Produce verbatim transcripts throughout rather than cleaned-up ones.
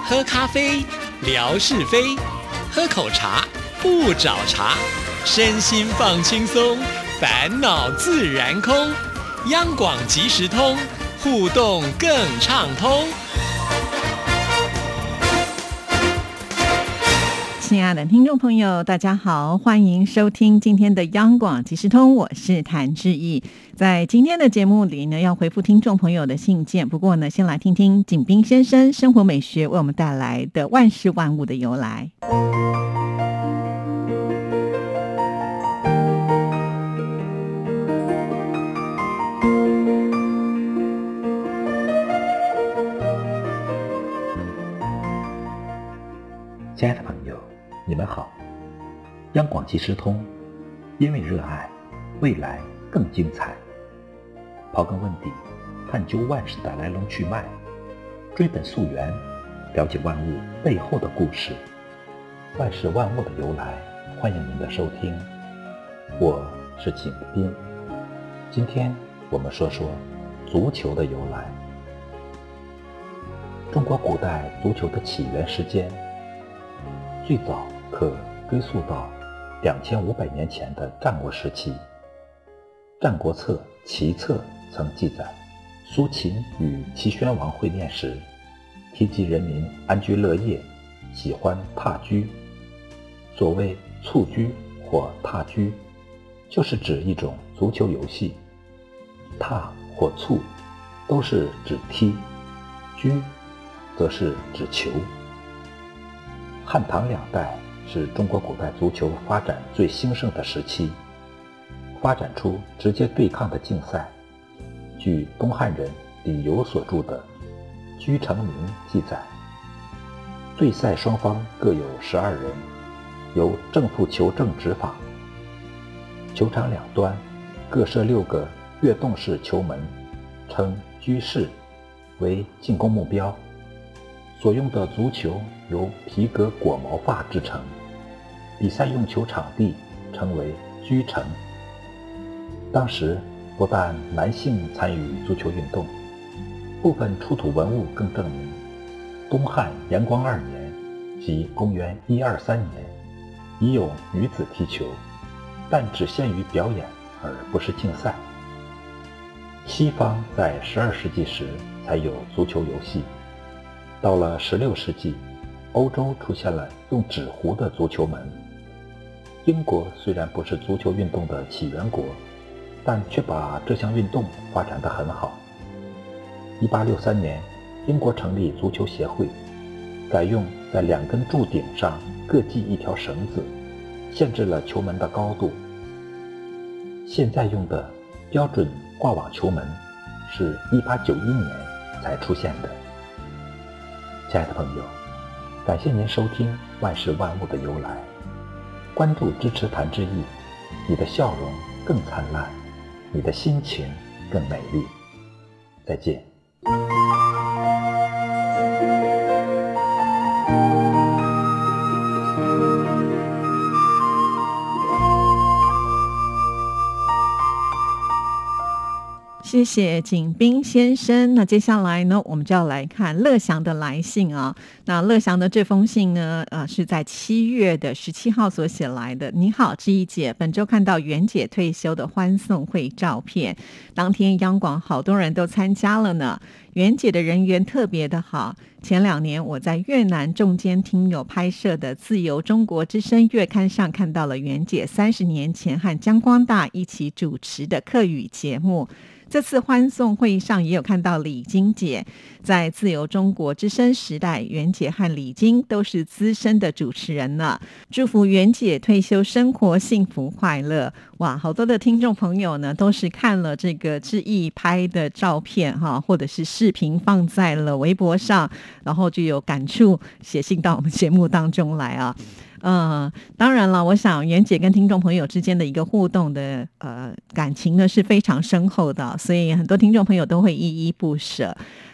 喝咖啡，聊是非；喝口茶，不找茬。身心放轻松，烦恼自然空。央广即时通，互动更畅通。 亲爱的听众朋友，大家好，欢迎收听今天的央广即时通，我是谭志毅。在今天的节目里呢，要回复听众朋友的信件，不过呢，先来听听景斌先生生活美学为我们带来的万事万物的由来。 亲爱的朋友，你们好。央广即时通，因为热爱，未来更精彩。刨根问底，探究万事的来龙去脉，追本溯源，了解万物背后的故事。万事万物的由来，欢迎您的收听。我是景斌。今天我们说说足球的由来。中国古代足球的起源时间最早可追溯到两千五百年前的战国时期。《战国策·齐策》曾记载，苏秦与齐宣王会面时，提及人民安居乐业，喜欢踏居。所谓蹴鞠或踏居，就是指一种足球游戏。踏或蹴都是指踢，居则是指球。汉唐两代是中国古代足球发展最兴盛的时期，发展出直接对抗的竞赛。据东汉人李由所著的《居城铭》记载，对赛双方各有十二人，由正负球证执法。球场两端各设六个跃动式球门，称居室，为进攻目标。所用的足球由皮革裹毛发制成，比赛用球场地称为居城。当时不但男性参与足球运动，部分出土文物更证明，东汉延光二年，即公元一二三年，已有女子踢球，但只限于表演，而不是竞赛。西方在十二世纪时才有足球游戏。到了十六世纪，欧洲出现了用纸糊的足球门。英国虽然不是足球运动的起源国，但却把这项运动发展得很好。一八六三年，英国成立足球协会，改用在两根柱顶上各系一条绳子，限制了球门的高度。现在用的标准挂网球门是一八九一年才出现的。亲爱的朋友，感谢您收听万事万物的由来，关注支持谭志毅，你的笑容更灿烂，你的心情更美丽。再见。 谢谢景斌先生。那接下来呢，我们就要来看乐祥的来信啊。那乐祥的这封信呢，呃，是在七月的十七号所写来的。你好，志毅姐，本周看到袁姐退休的欢送会照片，当天央广好多人都参加了呢。袁姐的人缘特别的好。前两年我在越南中间听友拍摄的自由中国之声月刊上看到了袁姐三十年前和江光大一起主持的客语节目。这次欢送会上也有看到李金姐，在自由中国之声时代，袁姐和李金都是资深的主持人呢。祝福袁姐退休生活幸福快乐。哇，好多的听众朋友呢，都是看了这个志毅拍的照片哈，或者是视频放在了微博上，然后就有感触写信到我们节目当中来啊。嗯，当然了，我想袁姐跟听众朋友之间的一个互动的呃感情呢是非常深厚的，所以很多听众朋友都会依依不舍。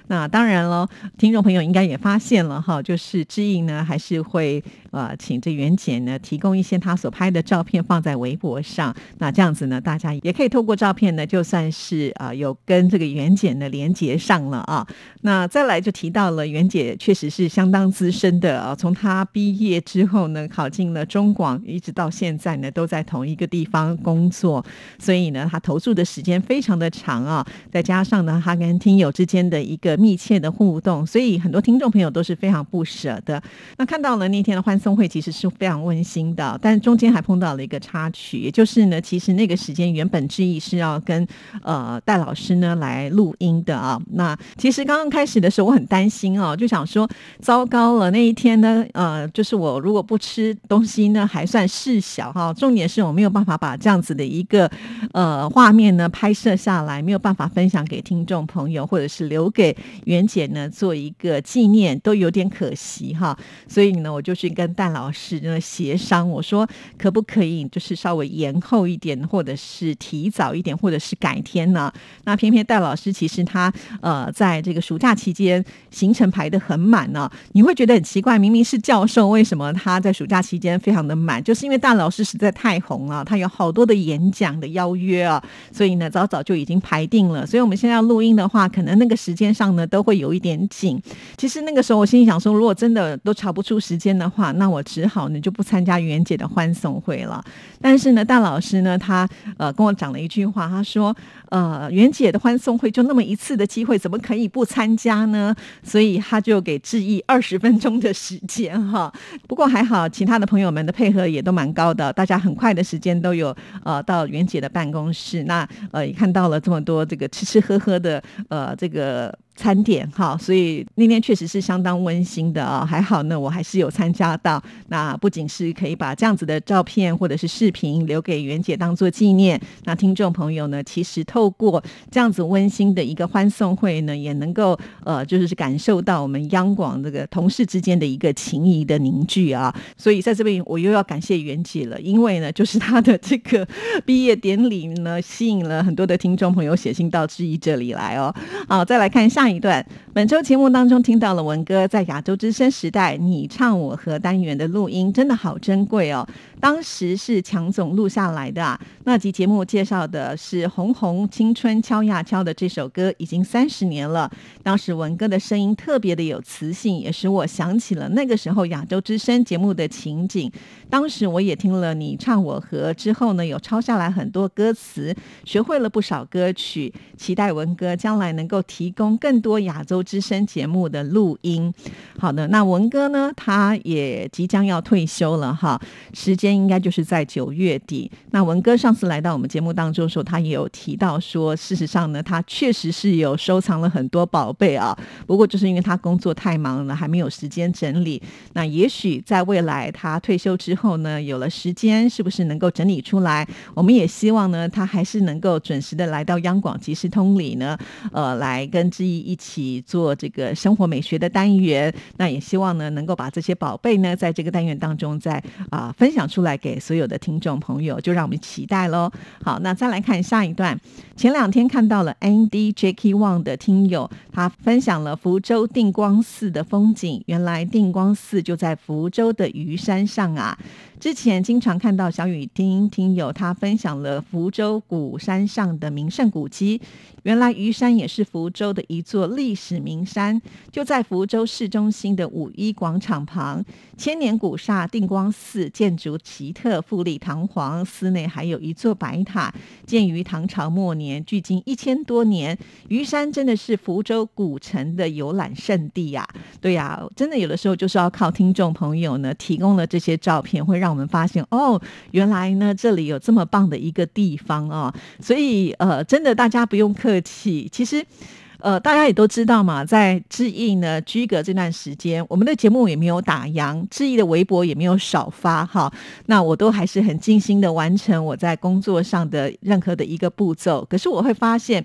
那当然了，听众朋友应该也发现了哈，就是志毅呢还是会呃请这袁姐呢提供一些他所拍的照片放在微博上，那这样子呢大家也可以透过照片呢就算是啊、呃、有跟这个袁姐呢连结上了啊。那再来就提到了袁姐确实是相当资深的啊，从她毕业之后呢考进了中广，一直到现在呢都在同一个地方工作，所以呢她投注的时间非常的长啊，再加上呢她跟听友之间的一个密切的互动，所以很多听众朋友都是非常不舍的。那看到了那天的欢送会其实是非常温馨的，但中间还碰到了一个插曲，也就是呢其实那个时间原本志毅是要跟呃戴老师呢来录音的啊。那其实刚刚开始的时候我很担心哦，就想说糟糕了，那一天呢呃就是我如果不吃东西呢还算事小哈，重点是我没有办法把这样子的一个呃画面呢拍摄下来，没有办法分享给听众朋友，或者是留给袁姐呢做一个纪念，都有点可惜哈。所以呢我就去跟戴老师呢协商，我说可不可以就是稍微延后一点，或者是提早一点，或者是改天呢？那偏偏戴老师其实他呃在这个暑假期间行程排得很满呢、啊，你会觉得很奇怪，明明是教授，为什么他在暑假期间非常的满？就是因为戴老师实在太红了，他有好多的演讲的邀约啊，所以呢早早就已经排定了。所以我们现在要录音的话，可能那个时间上呢都会有一点紧。其实那个时候我心里想说，如果真的都查不出时间的话，那我只好呢就不参加袁姐的欢送会了。但是呢戴老师呢他呃跟我讲了一句话，他说呃袁姐的欢送会就那么一次的机会，怎么可以不参加呢？所以他就给志毅二十分钟的时间哈。不过还好其他的朋友们的配合也都蛮高的，大家很快的时间都有呃到袁姐的办公室，那呃也看到了这么多这个吃吃喝喝的呃这个餐点哈，所以那天确实是相当温馨的啊。还好呢我还是有参加到，那不仅是可以把这样子的照片或者是视频留给袁姐当做纪念，那听众朋友呢其实透过这样子温馨的一个欢送会呢，也能够呃就是感受到我们央广这个同事之间的一个情谊的凝聚啊。所以在这边我又要感谢袁姐了，因为呢就是她的这个毕业典礼呢吸引了很多的听众朋友写信到志毅这里来哦。好，再来看下一段，本周节目当中听到了文哥在亚洲之声时代你唱我和单元的录音，真的好珍贵哦，当时是强总录下来的啊。那集节目介绍的是红红青春敲呀敲的这首歌，已经三十年了，当时文哥的声音特别的有磁性，也使我想起了那个时候亚洲之声节目的情景。当时我也听了你唱我和之后呢，有抄下来很多歌词，学会了不少歌曲，期待文哥将来能够提供更多亚洲之声节目的录音。好的，那文哥呢他也即将要退休了哈，时间应该就是在九月底。那文哥上次来到我们节目当中的时候，他也有提到说事实上呢他确实是有收藏了很多宝贝啊，不过就是因为他工作太忙了，还没有时间整理。那也许在未来他退休之后呢，有了时间，是不是能够整理出来？我们也希望呢他还是能够准时的来到央广即时通里呢呃，来跟志毅一起做这个生活美学的单元。那也希望呢能够把这些宝贝呢在这个单元当中再啊、呃、分享出来给所有的听众朋友，就让我们期待咯。好，那再来看下一段，前两天看到了 Andy Jackie Wang 的听友，他分享了福州定光寺的风景，原来定光寺就在福州的鱼山上啊。之前经常看到小雨丁听友他分享了福州鼓山上的名胜古迹，原来鱼山也是福州的一座历史名山，就在福州市中心的五一广场旁。千年古刹定光寺建筑奇特富丽堂皇，寺内还有一座白塔，建于唐朝末年，距今一千多年。鱼山真的是福州古城的游览胜地呀、啊！对呀、啊，真的有的时候就是要靠听众朋友呢提供了这些照片，会让我们发现哦，原来呢这里有这么棒的一个地方哦。所以呃，真的大家不用客气，其实。呃，大家也都知道嘛，在志毅呢居隔这段时间，我们的节目也没有打烊，志毅的微博也没有少发哈。那我都还是很尽心的完成我在工作上的任何的一个步骤。可是我会发现，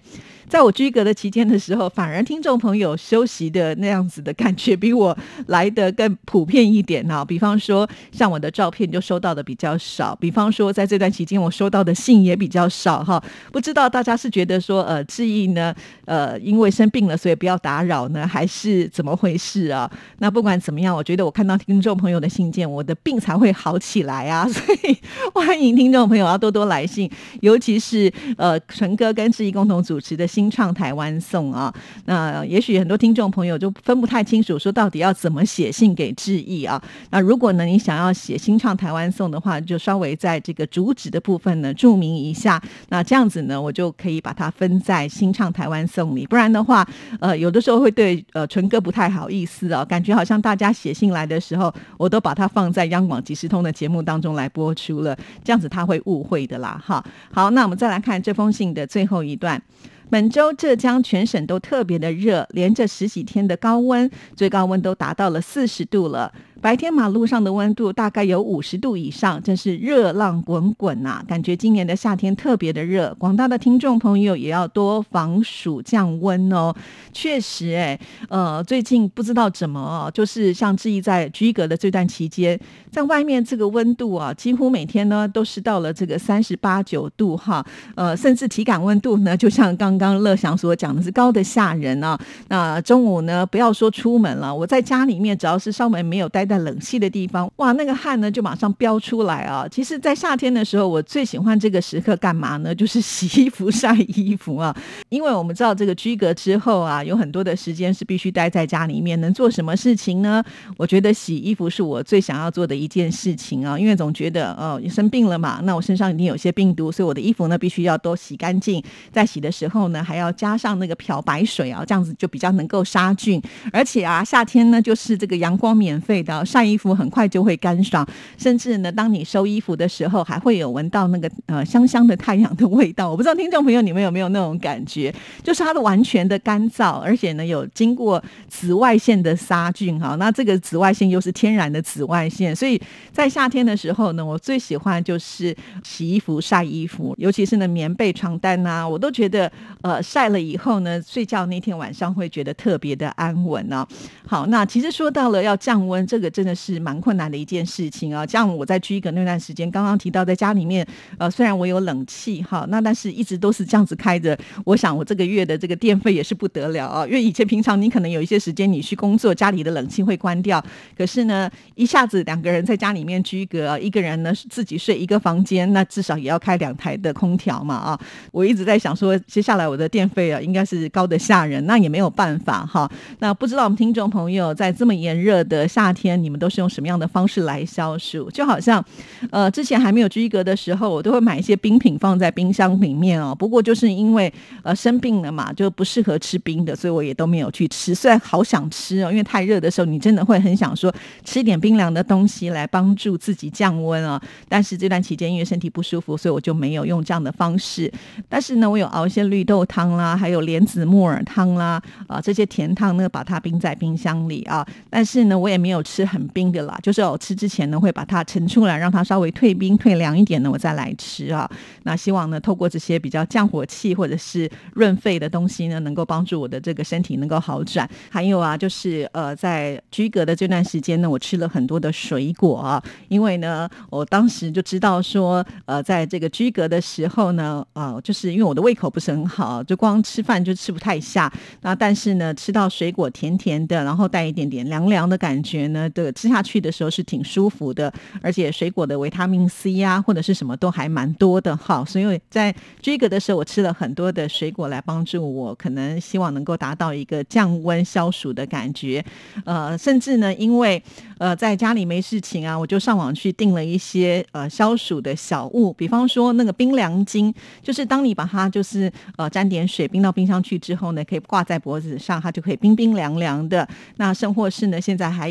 在我居隔的期间的时候，反而听众朋友休息的那样子的感觉比我来得更普遍一点啊。比方说像我的照片就收到的比较少，比方说在这段期间我收到的信也比较少哈。不知道大家是觉得说呃志毅呢呃因为生病了所以不要打扰呢，还是怎么回事啊？那不管怎么样，我觉得我看到听众朋友的信件，我的病才会好起来啊。所以欢迎听众朋友要多多来信，尤其是呃纯哥跟志毅共同主持的新创台湾颂啊。那也许很多听众朋友就分不太清楚说到底要怎么写信给志毅啊。那如果呢你想要写新创台湾颂的话，就稍微在这个主旨的部分呢注明一下，那这样子呢我就可以把它分在新创台湾颂里。不然的话呃有的时候会对呃纯哥不太好意思啊，感觉好像大家写信来的时候我都把它放在央广即时通的节目当中来播出了，这样子他会误会的啦哈。好，那我们再来看这封信的最后一段。本周浙江全省都特别的热，连着十几天的高温，最高温都达到了四十度了。白天马路上的温度大概有五十度以上，真是热浪滚滚啊！感觉今年的夏天特别的热，广大的听众朋友也要多防暑降温哦。确实哎，呃，最近不知道怎么哦，就是像志毅在居隔的这段期间，在外面这个温度啊，几乎每天呢都是到了这个三十八九度哈，呃，甚至体感温度呢，就像刚刚乐祥所讲的是高的吓人啊。那中午呢，不要说出门了，我在家里面只要是稍微没有待在冷气的地方，哇，那个汗呢就马上飙出来啊！其实在夏天的时候我最喜欢这个时刻干嘛呢？就是洗衣服晒衣服啊。因为我们知道这个居隔之后啊，有很多的时间是必须待在家里面，能做什么事情呢？我觉得洗衣服是我最想要做的一件事情啊。因为总觉得呃生病了嘛，那我身上一定有些病毒，所以我的衣服呢必须要都洗干净，在洗的时候呢还要加上那个漂白水啊，这样子就比较能够杀菌。而且啊夏天呢就是这个阳光免费的，晒衣服很快就会干爽，甚至呢当你收衣服的时候还会有闻到那个呃香香的太阳的味道。我不知道听众朋友你们有没有那种感觉，就是它的完全的干燥，而且呢有经过紫外线的杀菌哈。那这个紫外线又是天然的紫外线，所以在夏天的时候呢，我最喜欢就是洗衣服晒衣服，尤其是呢棉被床单啊，我都觉得呃晒了以后呢睡觉那天晚上会觉得特别的安稳啊。好，那其实说到了要降温，这个真的是蛮困难的一件事情啊。像我在居隔那段时间，刚刚提到在家里面呃虽然我有冷气哈，那但是一直都是这样子开着，我想我这个月的这个电费也是不得了啊。因为以前平常你可能有一些时间你去工作，家里的冷气会关掉，可是呢一下子两个人在家里面居隔，一个人呢自己睡一个房间，那至少也要开两台的空调嘛啊。我一直在想说接下来我的电费啊应该是高的吓人，那也没有办法哈。那不知道我们听众朋友在这么炎热的夏天，你们都是用什么样的方式来消暑？就好像呃之前还没有居隔的时候，我都会买一些冰品放在冰箱里面哦。不过就是因为呃生病了嘛，就不适合吃冰的，所以我也都没有去吃。虽然好想吃哦，因为太热的时候你真的会很想说吃一点冰凉的东西来帮助自己降温啊。但是这段期间因为身体不舒服，所以我就没有用这样的方式。但是呢我有熬一些绿豆汤啦，还有莲子木耳汤啦啊、呃、这些甜汤呢把它冰在冰箱里啊。但是呢我也没有吃很冰的啦，就是我吃之前呢会把它盛出来，让它稍微退冰退凉一点呢我再来吃啊。那希望呢透过这些比较降火气或者是润肺的东西呢，能够帮助我的这个身体能够好转。还有啊就是呃在居隔的这段时间呢，我吃了很多的水果啊。因为呢我当时就知道说呃在这个居隔的时候呢呃就是因为我的胃口不是很好，就光吃饭就吃不太下，那但是呢吃到水果甜甜的，然后带一点点凉凉的感觉呢，这个吃下去的时候是挺舒服的。而且水果的维他命 C 啊或者是什么都还蛮多的哈。所以在居隔的时候我吃了很多的水果来帮助我，可能希望能够达到一个降温消暑的感觉。呃甚至呢因为呃在家里没事情啊，我就上网去订了一些呃消暑的小物，比方说那个冰凉巾，就是当你把它就是呃沾点水冰到冰箱去之后呢，可以挂在脖子上，它就可以冰冰凉凉的。那甚或是呢现在还有一种衣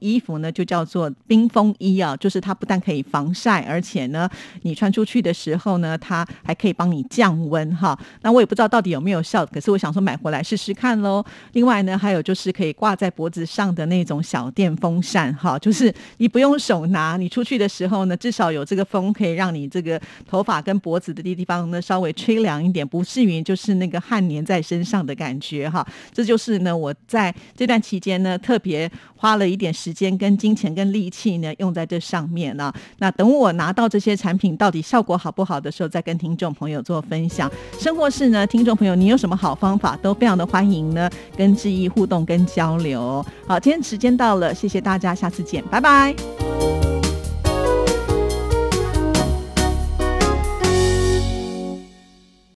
衣服呢就叫做冰风衣啊，就是它不但可以防晒，而且呢你穿出去的时候呢它还可以帮你降温哈。那我也不知道到底有没有效，可是我想说买回来试试看咯。另外呢还有就是可以挂在脖子上的那种小电风扇哈，就是你不用手拿，你出去的时候呢至少有这个风可以让你这个头发跟脖子的地方呢稍微吹凉一点，不至于就是那个汗黏在身上的感觉哈。这就是呢我在这段期间呢特别花了一点时间跟金钱跟力气呢用在这上面啊。那等我拿到这些产品到底效果好不好的时候再跟听众朋友做分享。生活室呢听众朋友你有什么好方法都非常的欢迎呢跟志毅互动跟交流。好，今天时间到了，谢谢大家，下次见，拜拜。